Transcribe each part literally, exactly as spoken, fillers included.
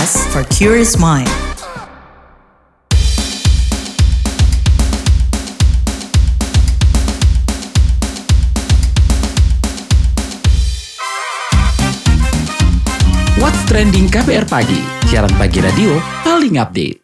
podcast for curious mind. What's Trending K B R Pagi, siaran pagi radio paling update.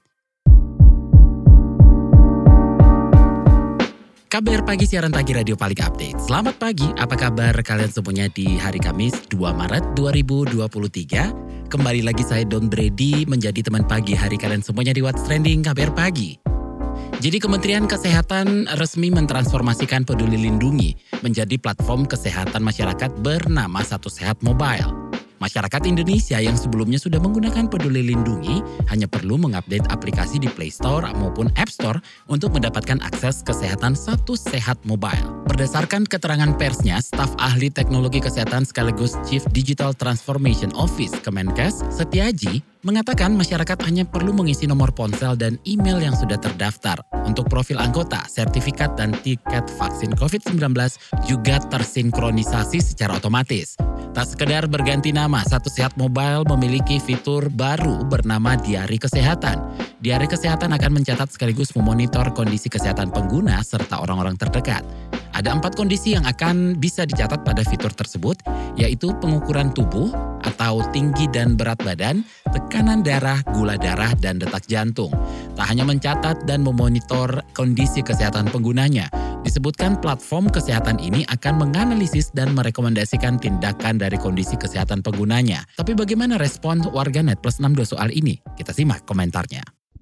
K B R Pagi, siaran pagi radio paling update. Selamat pagi, apa kabar kalian semuanya di hari Kamis dua Maret dua ribu dua puluh tiga? Kembali lagi saya Don Brady menjadi teman pagi hari kalian semuanya di What's Trending K B R Pagi. Jadi Kementerian Kesehatan resmi mentransformasikan Peduli Lindungi menjadi platform kesehatan masyarakat bernama Satu Sehat Mobile. Masyarakat Indonesia yang sebelumnya sudah menggunakan Peduli Lindungi hanya perlu mengupdate aplikasi di Play Store maupun App Store untuk mendapatkan akses kesehatan Satu Sehat Mobile. Berdasarkan keterangan persnya, staf ahli teknologi kesehatan sekaligus Chief Digital Transformation Office Kemenkes, Setiaji, mengatakan masyarakat hanya perlu mengisi nomor ponsel dan email yang sudah terdaftar. Untuk profil anggota, sertifikat dan tiket vaksin covid sembilan belas juga tersinkronisasi secara otomatis. Tak sekedar berganti nama, Satu Sehat Mobile memiliki fitur baru bernama Diari Kesehatan. Diari Kesehatan akan mencatat sekaligus memonitor kondisi kesehatan pengguna serta orang-orang terdekat. Ada empat kondisi yang akan bisa dicatat pada fitur tersebut, yaitu pengukuran tubuh atau tinggi dan berat badan, tekanan darah, gula darah, dan detak jantung. Tak hanya mencatat dan memonitor kondisi kesehatan penggunanya, disebutkan platform kesehatan ini akan menganalisis dan merekomendasikan tindakan dari kondisi kesehatan penggunanya. Tapi bagaimana respon warganet plus enam puluh dua soal ini? Kita simak komentarnya.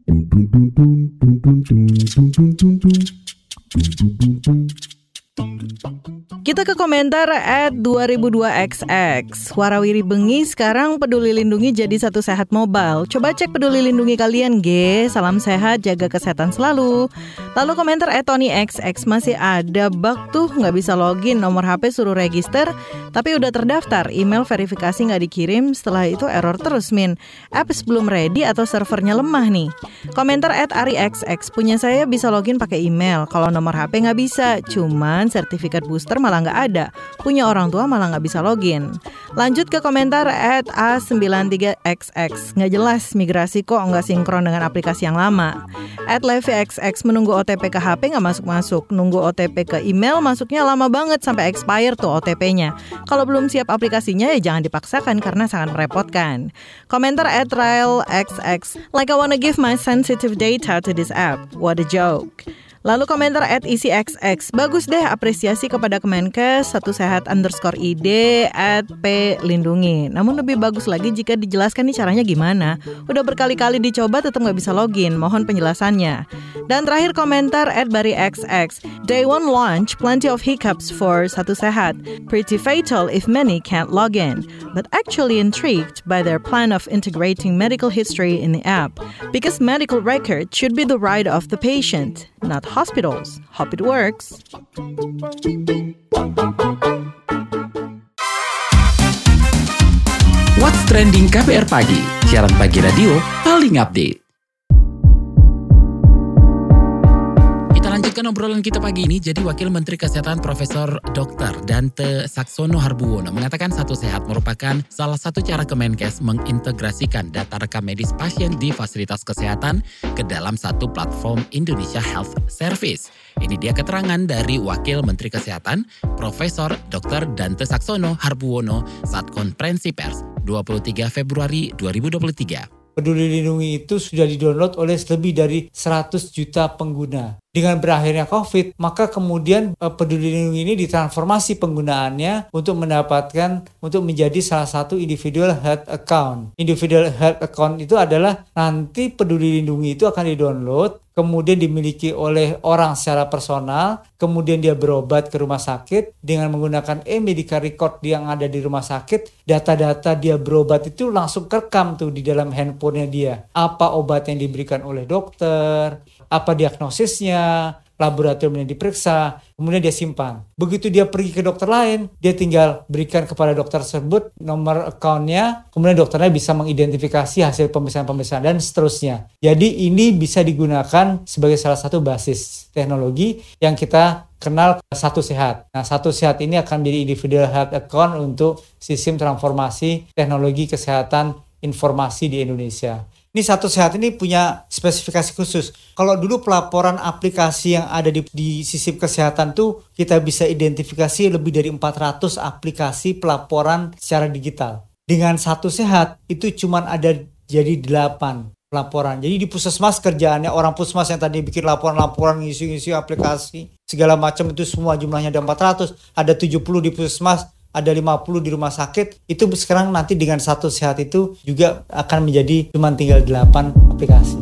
Kita ke komentar at dua ribu dua X X. Warawiri bengi, sekarang Peduli Lindungi jadi Satu Sehat Mobile. Coba cek Peduli Lindungi kalian, ge. Salam sehat, jaga kesehatan selalu. Lalu komentar at Tony X X. Masih ada bug tuh, gak bisa login. Nomor H P suruh register, tapi udah terdaftar. Email verifikasi gak dikirim, setelah itu error terus, min. Apps belum ready atau servernya lemah nih. Komentar at Ari X X. Punya saya bisa login pakai email. Kalau nomor H P gak bisa, cuman sertifikat booster malah nggak ada. Punya orang tua malah nggak bisa login. Lanjut ke komentar at A sembilan tiga X X. Nggak jelas migrasi kok nggak sinkron dengan aplikasi yang lama. At Levi X X, menunggu O T P ke H P nggak masuk-masuk. Nunggu O T P ke email masuknya lama banget sampai expire tuh O T P-nya. Kalau belum siap aplikasinya ya jangan dipaksakan karena sangat merepotkan. Komentar at Rael X X. Like I wanna give my sensitive data to this app. What a joke. Lalu komentar at E C X X. Bagus deh, apresiasi kepada Kemenkes, Satu Sehat underscore I D at P Lindungi. Namun lebih bagus lagi jika dijelaskan nih caranya gimana. Udah berkali-kali dicoba tetap gak bisa login. Mohon penjelasannya. Dan terakhir komentar at Bari X X. Day one launch, plenty of hiccups for Satu Sehat. Pretty fatal if many can't log in. But actually intrigued by their plan of integrating medical history in the app. Because medical record should be the right of the patient, not hospitals. Hope it works. What's Trending K B R Pagi, siaran pagi radio paling update. Lanjutkan obrolan kita pagi ini. Jadi Wakil Menteri Kesehatan Profesor Doktor Dante Saxono Harbuwono mengatakan Satu Sehat merupakan salah satu cara Kemenkes mengintegrasikan data rekam medis pasien di fasilitas kesehatan ke dalam satu platform Indonesia Health Service. Ini dia keterangan dari Wakil Menteri Kesehatan Profesor Doktor Dante Saxono Harbuwono saat konferensi pers dua puluh tiga Februari dua ribu dua puluh tiga. Peduli Lindungi itu sudah didownload oleh lebih dari seratus juta pengguna. Dengan berakhirnya COVID, maka kemudian Peduli Lindungi ini ditransformasi penggunaannya untuk mendapatkan, untuk menjadi salah satu individual health account. Individual health account itu adalah nanti Peduli Lindungi itu akan di-download, kemudian dimiliki oleh orang secara personal, kemudian dia berobat ke rumah sakit dengan menggunakan e-medical record yang ada di rumah sakit, data-data dia berobat itu langsung kerekam tuh di dalam handphonenya dia. Apa obat yang diberikan oleh dokter, apa diagnosisnya, laboratorium yang diperiksa, kemudian dia simpan. Begitu dia pergi ke dokter lain, dia tinggal berikan kepada dokter tersebut nomor account-nya, kemudian dokternya bisa mengidentifikasi hasil pemeriksaan-pemeriksaan dan seterusnya. Jadi ini bisa digunakan sebagai salah satu basis teknologi yang kita kenal Satu Sehat. Nah, Satu Sehat ini akan menjadi individual health account untuk sistem transformasi teknologi kesehatan informasi di Indonesia. Ini Satu Sehat ini punya spesifikasi khusus. Kalau dulu pelaporan aplikasi yang ada di, di sistem kesehatan tuh kita bisa identifikasi lebih dari empat ratus aplikasi pelaporan secara digital. Dengan Satu Sehat itu cuma ada jadi delapan laporan. Jadi di Puskesmas kerjaannya orang Puskesmas yang tadi bikin laporan-laporan, ngisi-ngisi aplikasi segala macam itu semua jumlahnya ada empat ratus, ada tujuh puluh di Puskesmas, ada lima puluh di rumah sakit. Itu sekarang nanti dengan Satu Sehat itu juga akan menjadi cuma tinggal delapan aplikasi.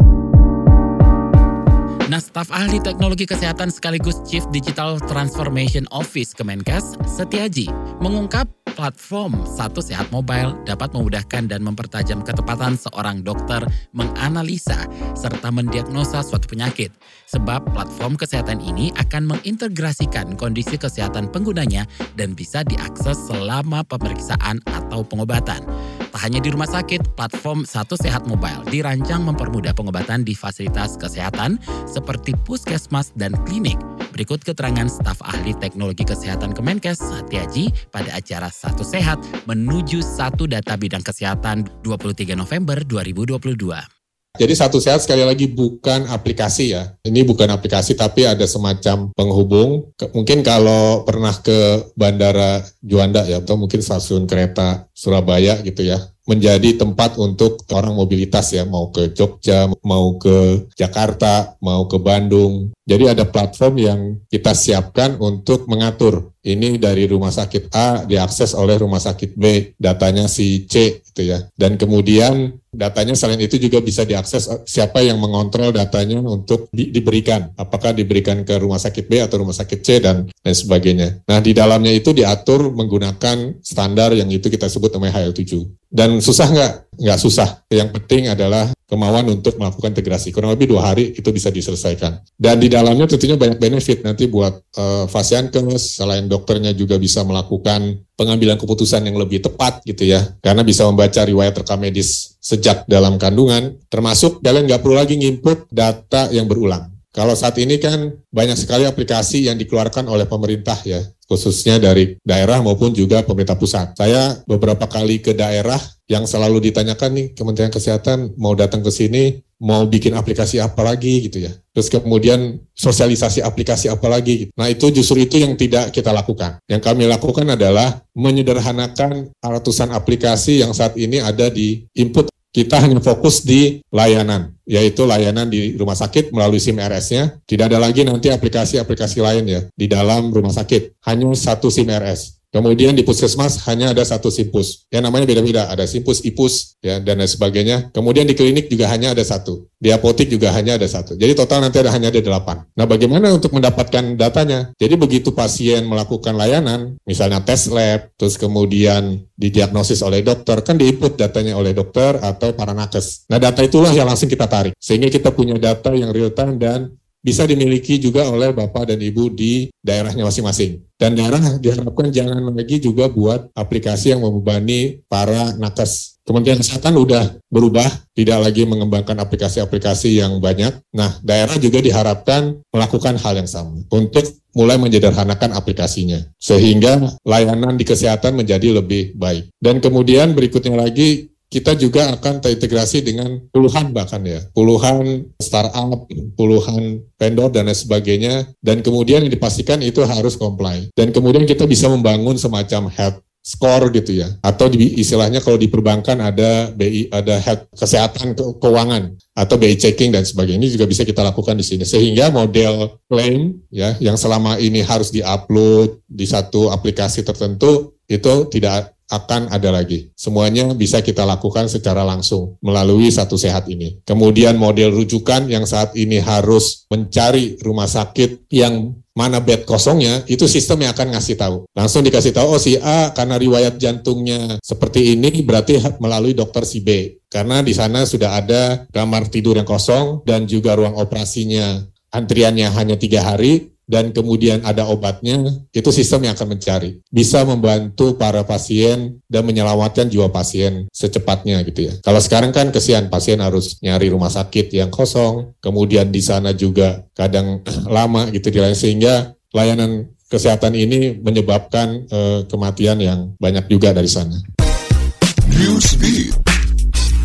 Nah, staf ahli teknologi kesehatan sekaligus Chief Digital Transformation Office Kemenkes, Setiaji, mengungkap platform Satu Sehat Mobile dapat memudahkan dan mempertajam ketepatan seorang dokter menganalisa serta mendiagnosa suatu penyakit. Sebab platform kesehatan ini akan mengintegrasikan kondisi kesehatan penggunanya dan bisa diakses selama pemeriksaan atau pengobatan. Tak hanya di rumah sakit, platform Satu Sehat Mobile dirancang mempermudah pengobatan di fasilitas kesehatan seperti puskesmas dan klinik. Berikut keterangan staf ahli teknologi kesehatan Kemenkes, Setiaji, pada acara Satu Sehat menuju satu data bidang kesehatan dua puluh tiga November dua ribu dua puluh dua. Jadi Satu Sehat sekali lagi bukan aplikasi ya. Ini bukan aplikasi tapi ada semacam penghubung. Mungkin kalau pernah ke Bandara Juanda ya, atau mungkin stasiun kereta Surabaya gitu ya, menjadi tempat untuk orang mobilitas ya, mau ke Jogja, mau ke Jakarta, mau ke Bandung. Jadi ada platform yang kita siapkan untuk mengatur. Ini dari rumah sakit A diakses oleh rumah sakit B, datanya si C gitu ya. Dan kemudian datanya selain itu juga bisa diakses siapa yang mengontrol datanya untuk di, diberikan. Apakah diberikan ke rumah sakit B atau rumah sakit C dan lain sebagainya. Nah di dalamnya itu diatur menggunakan standar yang itu kita sebut namanya H L tujuh. Dan susah nggak? Nggak susah. Yang penting adalah kemauan untuk melakukan integrasi. Kurang lebih dua hari itu bisa diselesaikan. Dan di dalamnya tentunya banyak benefit nanti buat uh, Fasiankes, selain dokternya juga bisa melakukan pengambilan keputusan yang lebih tepat gitu ya. Karena bisa membaca riwayat rekam medis sejak dalam kandungan, termasuk kalian nggak perlu lagi nginput data yang berulang. Kalau saat ini kan banyak sekali aplikasi yang dikeluarkan oleh pemerintah ya, khususnya dari daerah maupun juga pemerintah pusat. Saya beberapa kali ke daerah yang selalu ditanyakan nih Kementerian Kesehatan mau datang ke sini, mau bikin aplikasi apa lagi gitu ya. Terus kemudian sosialisasi aplikasi apa lagi gitu. Nah itu justru itu yang tidak kita lakukan. Yang kami lakukan adalah menyederhanakan ratusan aplikasi yang saat ini ada di input. Kita hanya fokus di layanan, yaitu layanan di rumah sakit melalui SIM R S-nya. Tidak ada lagi nanti aplikasi-aplikasi lain ya di dalam rumah sakit. Hanya satu SIM R S. Kemudian di puskesmas hanya ada satu Simpus. Ya namanya beda-beda, ada Simpus, Ipus, ya dan lain sebagainya. Kemudian di klinik juga hanya ada satu. Di apotik juga hanya ada satu. Jadi total nanti ada hanya ada delapan. Nah bagaimana untuk mendapatkan datanya? Jadi begitu pasien melakukan layanan, misalnya tes lab, terus kemudian didiagnosis oleh dokter, kan di-input datanya oleh dokter atau para nakes. Nah data itulah yang langsung kita tarik. Sehingga kita punya data yang real time dan bisa dimiliki juga oleh Bapak dan Ibu di daerahnya masing-masing. Dan daerah diharapkan jangan lagi juga buat aplikasi yang membebani para nakes. Kementerian Kesehatan udah berubah, tidak lagi mengembangkan aplikasi-aplikasi yang banyak. Nah, daerah juga diharapkan melakukan hal yang sama untuk mulai menyederhanakan aplikasinya. Sehingga layanan di kesehatan menjadi lebih baik. Dan kemudian berikutnya lagi, kita juga akan terintegrasi dengan puluhan bahkan ya, puluhan startup, puluhan vendor dan lain sebagainya. Dan kemudian yang dipastikan itu harus comply. Dan kemudian kita bisa membangun semacam health score gitu ya, atau di, istilahnya kalau di perbankan ada B I, ada health kesehatan ke, keuangan atau B I checking dan sebagainya. Ini juga bisa kita lakukan di sini. Sehingga model klaim ya yang selama ini harus diupload di satu aplikasi tertentu itu tidak akan ada lagi. Semuanya bisa kita lakukan secara langsung melalui Satu Sehat ini. Kemudian model rujukan yang saat ini harus mencari rumah sakit yang mana bed kosongnya, itu sistem yang akan ngasih tahu. Langsung dikasih tahu, oh si A karena riwayat jantungnya seperti ini berarti melalui dokter si B. Karena di sana sudah ada kamar tidur yang kosong dan juga ruang operasinya antriannya hanya tiga hari. Dan kemudian ada obatnya, itu sistem yang akan mencari. Bisa membantu para pasien dan menyelamatkan jiwa pasien secepatnya gitu ya. Kalau sekarang kan kesian, pasien harus nyari rumah sakit yang kosong, kemudian di sana juga kadang lama gitu di lain, sehingga layanan kesehatan ini menyebabkan eh, kematian yang banyak juga dari sana. Newsbeat.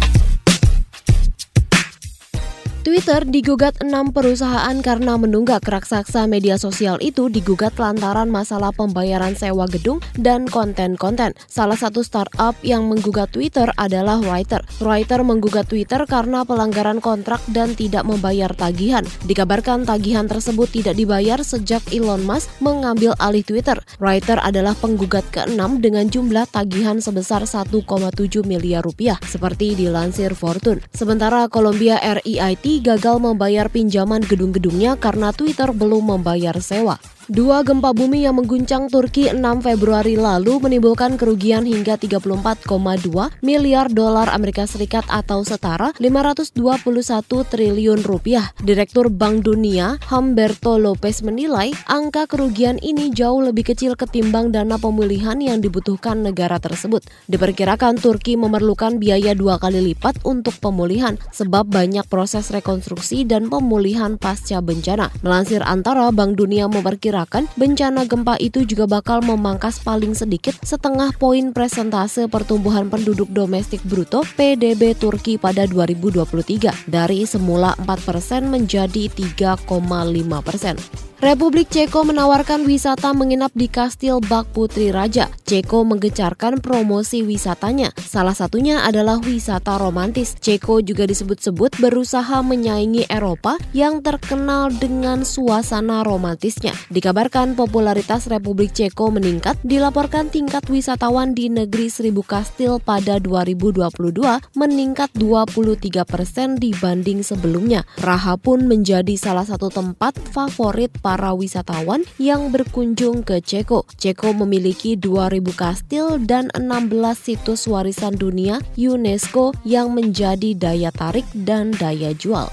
Twitter digugat enam perusahaan karena menunggak. Raksasa media sosial itu digugat lantaran masalah pembayaran sewa gedung dan konten-konten. Salah satu startup yang menggugat Twitter adalah Writer. Writer menggugat Twitter karena pelanggaran kontrak dan tidak membayar tagihan. Dikabarkan tagihan tersebut tidak dibayar sejak Elon Musk mengambil alih Twitter. Writer adalah penggugat keenam dengan jumlah tagihan sebesar satu koma tujuh miliar rupiah, seperti dilansir Fortune. Sementara Columbia R E I T gagal membayar pinjaman gedung-gedungnya karena Twitter belum membayar sewa. Dua gempa bumi yang mengguncang Turki enam Februari lalu menimbulkan kerugian hingga tiga puluh empat koma dua miliar dolar Amerika Serikat atau setara lima ratus dua puluh satu triliun rupiah. Direktur Bank Dunia, Humberto Lopez menilai angka kerugian ini jauh lebih kecil ketimbang dana pemulihan yang dibutuhkan negara tersebut. Diperkirakan Turki memerlukan biaya dua kali lipat untuk pemulihan sebab banyak proses rekonstruksi dan pemulihan pasca bencana. Melansir Antara, Bank Dunia memperkirakan bencana gempa itu juga bakal memangkas paling sedikit setengah poin persentase pertumbuhan penduduk domestik bruto P D B Turki pada dua ribu dua puluh tiga dari semula empat persen menjadi tiga koma lima persen. Republik Ceko menawarkan wisata menginap di Kastil Bak Putri Raja. Ceko menggencarkan promosi wisatanya. Salah satunya adalah wisata romantis. Ceko juga disebut-sebut berusaha menyaingi Eropa yang terkenal dengan suasana romantisnya. Dikabarkan popularitas Republik Ceko meningkat, dilaporkan tingkat wisatawan di negeri seribu kastil pada dua ribu dua puluh dua meningkat dua puluh tiga persen dibanding sebelumnya. Praha pun menjadi salah satu tempat favorit para wisatawan yang berkunjung ke Ceko. Ceko memiliki dua ribu kastil dan enam belas situs warisan dunia UNESCO yang menjadi daya tarik dan daya jual.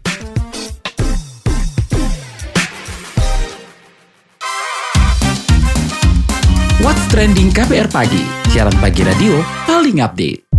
What's Trending K B R Pagi, siaran pagi radio paling update.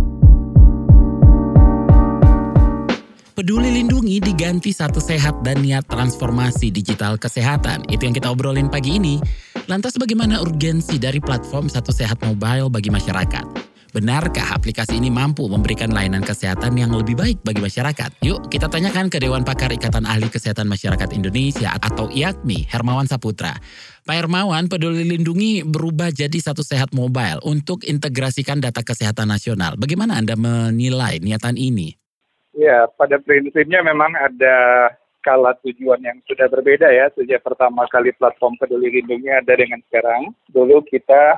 Peduli Lindungi diganti Satu Sehat dan niat transformasi digital kesehatan. Itu yang kita obrolin pagi ini. Lantas bagaimana urgensi dari platform Satu Sehat Mobile bagi masyarakat? Benarkah aplikasi ini mampu memberikan layanan kesehatan yang lebih baik bagi masyarakat? Yuk kita tanyakan ke Dewan Pakar Ikatan Ahli Kesehatan Masyarakat Indonesia atau I A K M I, Hermawan Saputra. Pak Hermawan, Peduli Lindungi berubah jadi Satu Sehat Mobile untuk integrasikan data kesehatan nasional. Bagaimana Anda menilai niatan ini? Ya, pada prinsipnya memang ada skala tujuan yang sudah berbeda ya. Sejak pertama kali platform Peduli Lindungi ada dengan sekarang. Dulu kita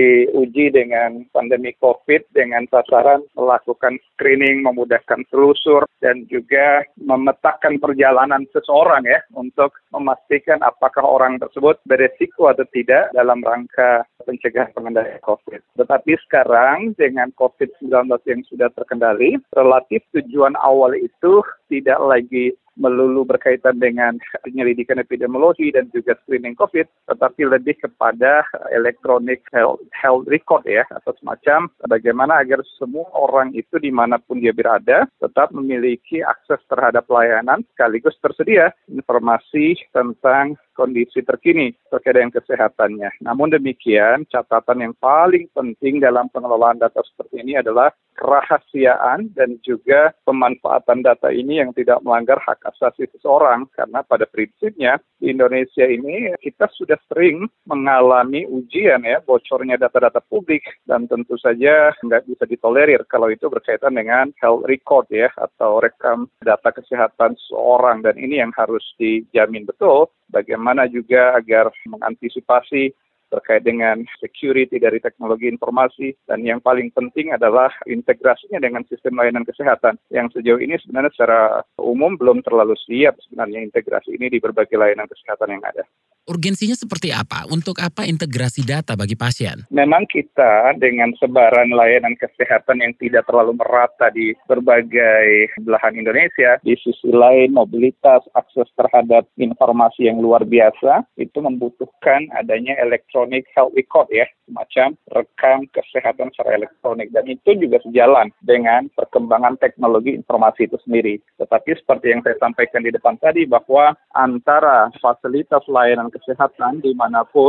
diuji dengan pandemi COVID dengan sasaran melakukan screening, memudahkan telusur, dan juga memetakan perjalanan seseorang ya untuk memastikan apakah orang tersebut beresiko atau tidak dalam rangka pencegahan pengendalian COVID. Tetapi sekarang dengan covid sembilan belas yang sudah terkendali, relatif tujuan awal itu tidak lagi melulu berkaitan dengan penyelidikan epidemiologi dan juga screening COVID, tetapi lebih kepada electronic health, health record ya, atau semacam bagaimana agar semua orang itu dimanapun dia berada tetap memiliki akses terhadap layanan sekaligus tersedia informasi tentang kondisi terkini terkait dengan kesehatannya. Namun demikian, catatan yang paling penting dalam pengelolaan data seperti ini adalah kerahasiaan dan juga pemanfaatan data ini yang tidak melanggar hak asasi seseorang. Karena pada prinsipnya di Indonesia ini kita sudah sering mengalami ujian ya bocornya data-data publik, dan tentu saja nggak bisa ditolerir kalau itu berkaitan dengan health record ya atau rekam data kesehatan seseorang, dan ini yang harus dijamin betul. Bagaimana juga agar mengantisipasi terkait dengan security dari teknologi informasi, dan yang paling penting adalah integrasinya dengan sistem layanan kesehatan yang sejauh ini sebenarnya secara umum belum terlalu siap sebenarnya integrasi ini di berbagai layanan kesehatan yang ada. Urgensinya seperti apa? Untuk apa integrasi data bagi pasien? Memang kita dengan sebaran layanan kesehatan yang tidak terlalu merata di berbagai belahan Indonesia, di sisi lain mobilitas, akses terhadap informasi yang luar biasa, itu membutuhkan adanya electronic health record ya, semacam rekam kesehatan secara elektronik, dan itu juga sejalan dengan perkembangan teknologi informasi itu sendiri. Tetapi seperti yang saya sampaikan di depan tadi, bahwa antara fasilitas layanan kesehatan dimanapun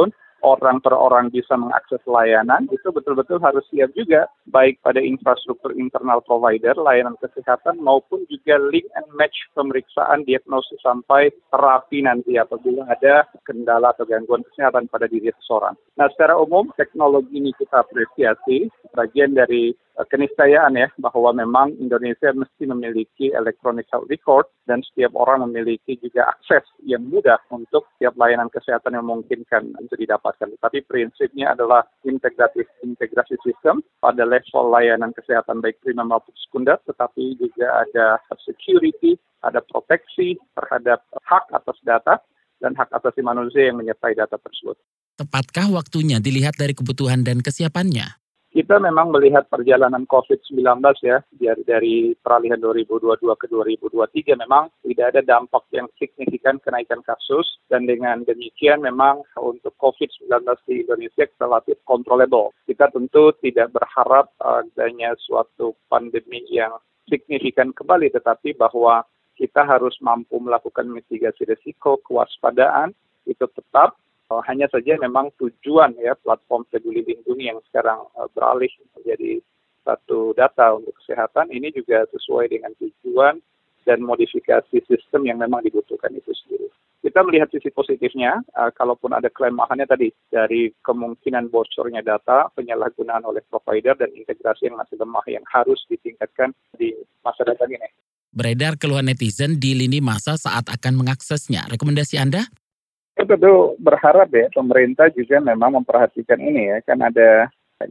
orang per orang bisa mengakses layanan, itu betul-betul harus siap juga, baik pada infrastruktur internal provider, layanan kesehatan, maupun juga link and match pemeriksaan, diagnosis, sampai terapi nanti apabila ada kendala atau gangguan kesehatan pada diri seseorang. Nah, secara umum, teknologi ini kita apresiasi, bagian dari uh, keniscayaan ya, bahwa memang Indonesia mesti memiliki electronic health record, dan setiap orang memiliki juga akses yang mudah untuk setiap layanan kesehatan yang memungkinkan untuk didapat. Tapi prinsipnya adalah integratif integrasi sistem pada level layanan kesehatan baik primer maupun sekunder, tetapi juga ada security, ada proteksi terhadap hak atas data dan hak asasi manusia yang menyertai data tersebut. Tepatkah waktunya dilihat dari kebutuhan dan kesiapannya? Kita memang melihat perjalanan covid sembilan belas ya, dari, dari peralihan dua ribu dua puluh dua ke dua ribu dua puluh tiga memang tidak ada dampak yang signifikan kenaikan kasus, dan dengan demikian memang untuk covid sembilan belas di Indonesia relatif controllable. Kita tentu tidak berharap adanya suatu pandemi yang signifikan kembali, tetapi bahwa kita harus mampu melakukan mitigasi risiko, kewaspadaan, itu tetap. Hanya saja memang tujuan ya platform Peduli Lindungi yang sekarang uh, beralih menjadi satu data untuk kesehatan ini juga sesuai dengan tujuan dan modifikasi sistem yang memang dibutuhkan itu sendiri. Kita melihat sisi positifnya, uh, kalaupun ada kelemahannya tadi dari kemungkinan bocornya data, penyalahgunaan oleh provider, dan integrasi yang masih lemah yang harus ditingkatkan di masa datang ini. Beredar keluhan netizen di lini masa saat akan mengaksesnya. Rekomendasi Anda? Kita tentu berharap ya pemerintah juga memang memperhatikan ini ya, kan ada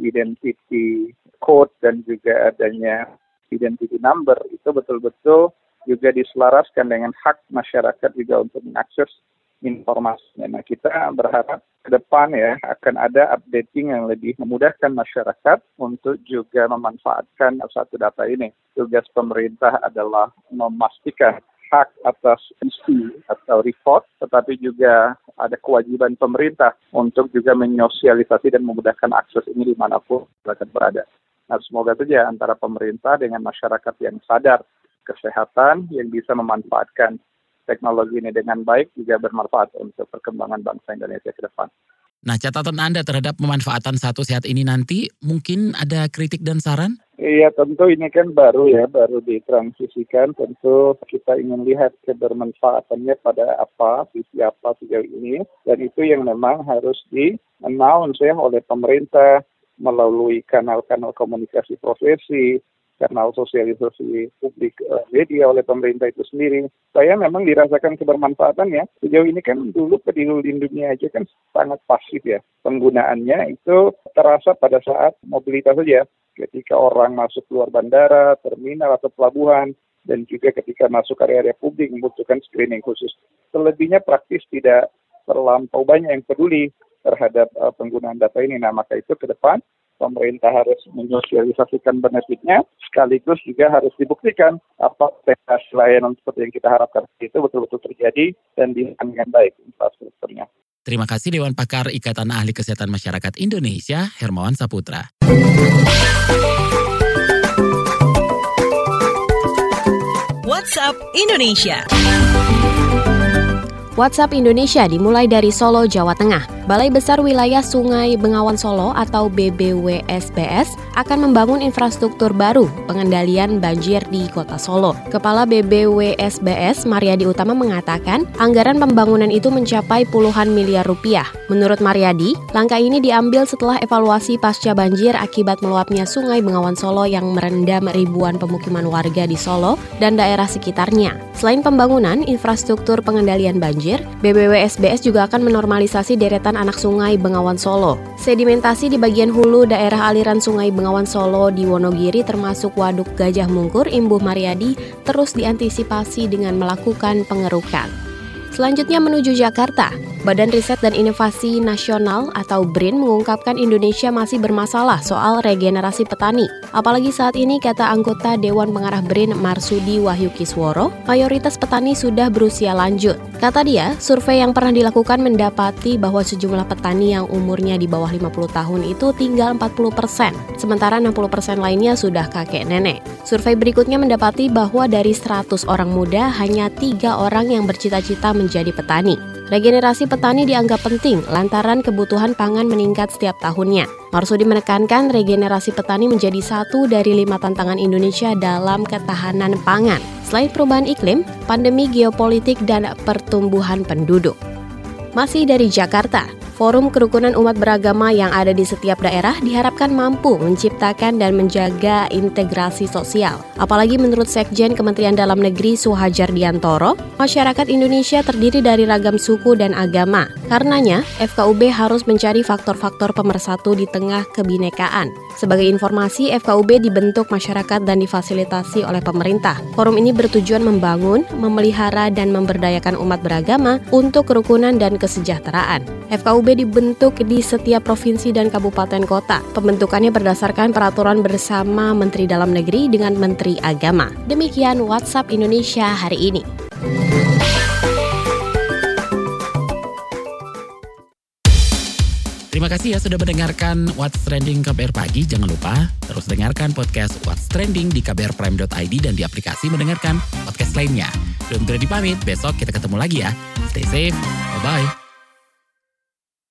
identity code dan juga adanya identity number, itu betul-betul juga diselaraskan dengan hak masyarakat juga untuk mengakses informasinya. Nah, kita berharap ke depan ya akan ada updating yang lebih memudahkan masyarakat untuk juga memanfaatkan satu data ini. Tugas pemerintah adalah memastikan hak atas isi atau report, tetapi juga ada kewajiban pemerintah untuk juga menyosialisasi dan memudahkan akses ini dimanapun masyarakat berada. Nah, semoga saja antara pemerintah dengan masyarakat yang sadar kesehatan, yang bisa memanfaatkan teknologi ini dengan baik, juga bermanfaat untuk perkembangan bangsa Indonesia ke depan. Nah, catatan Anda terhadap pemanfaatan Satu Sehat ini nanti, mungkin ada kritik dan saran? Iya, tentu ini kan baru ya, baru ditransisikan. Tentu kita ingin lihat kebermanfaatannya pada apa, visi apa sejauh ini. Dan itu yang memang harus di-announce ya oleh pemerintah melalui kanal-kanal komunikasi profesi, kanal sosialisasi publik uh, media oleh pemerintah itu sendiri. Saya memang dirasakan kebermanfaatannya. Sejauh ini kan dulu Peduli Lindungi aja kan sangat pasif ya. Penggunaannya itu terasa pada saat mobilitas saja. Ketika orang masuk keluar bandara, terminal atau pelabuhan, dan juga ketika masuk area-area publik membutuhkan screening khusus. Selebihnya praktis tidak terlampau banyak yang peduli terhadap uh, penggunaan data ini. Nah, maka itu ke depan pemerintah harus menyosialisasikan benefitnya, sekaligus juga harus dibuktikan apa prestasi layanan seperti yang kita harapkan itu betul-betul terjadi dan dilakukan dengan baik infrastrukturnya. Terima kasih Dewan Pakar Ikatan Ahli Kesehatan Masyarakat Indonesia, Hermawan Saputra. WhatsApp Indonesia. WhatsApp Indonesia dimulai dari Solo, Jawa Tengah. Balai Besar Wilayah Sungai Bengawan Solo atau B B W S B S akan membangun infrastruktur baru pengendalian banjir di Kota Solo. Kepala B B W S B S Mariadi Utama mengatakan anggaran pembangunan itu mencapai puluhan miliar rupiah. Menurut Mariadi, langkah ini diambil setelah evaluasi pasca banjir akibat meluapnya Sungai Bengawan Solo yang merendam ribuan pemukiman warga di Solo dan daerah sekitarnya. Selain pembangunan infrastruktur pengendalian banjir, B B W S B S juga akan menormalisasi deretan anak sungai Bengawan Solo. Sedimentasi di bagian hulu daerah aliran Sungai Bengawan Solo di Wonogiri termasuk Waduk Gajah Mungkur, Imbuh Mariadi, terus diantisipasi dengan melakukan pengerukan. Selanjutnya menuju Jakarta. Badan Riset dan Inovasi Nasional atau B R I N mengungkapkan Indonesia masih bermasalah soal regenerasi petani. Apalagi saat ini, kata anggota Dewan Pengarah B R I N Marsudi Wahyu Kisworo, mayoritas petani sudah berusia lanjut. Kata dia, survei yang pernah dilakukan mendapati bahwa sejumlah petani yang umurnya di bawah lima puluh tahun itu tinggal empat puluh persen, sementara enam puluh persen lainnya sudah kakek nenek. Survei berikutnya mendapati bahwa dari seratus orang muda, hanya tiga orang yang bercita-cita menjadi petani. Regenerasi petani dianggap penting lantaran kebutuhan pangan meningkat setiap tahunnya. Marsudi menekankan regenerasi petani menjadi satu dari lima tantangan Indonesia dalam ketahanan pangan. Selain perubahan iklim, pandemi, geopolitik, dan pertumbuhan penduduk. Masih dari Jakarta, Forum Kerukunan Umat Beragama yang ada di setiap daerah diharapkan mampu menciptakan dan menjaga integrasi sosial. Apalagi menurut Sekjen Kementerian Dalam Negeri Suhajar Diantoro, masyarakat Indonesia terdiri dari ragam suku dan agama. Karenanya, F K U B harus mencari faktor-faktor pemersatu di tengah kebinekaan. Sebagai informasi, F K U B dibentuk masyarakat dan difasilitasi oleh pemerintah. Forum ini bertujuan membangun, memelihara, dan memberdayakan umat beragama untuk kerukunan dan kesejahteraan. F K U B dibentuk di setiap provinsi dan kabupaten kota. Pembentukannya berdasarkan peraturan bersama Menteri Dalam Negeri dengan Menteri Agama. Demikian WhatsApp Indonesia hari ini. Terima kasih ya sudah mendengarkan What's Trending K B R Pagi. Jangan lupa terus dengarkan podcast What's Trending di k b r prime dot i d dan di aplikasi mendengarkan podcast lainnya. Don Brady pamit, besok kita ketemu lagi ya. Stay safe, bye-bye.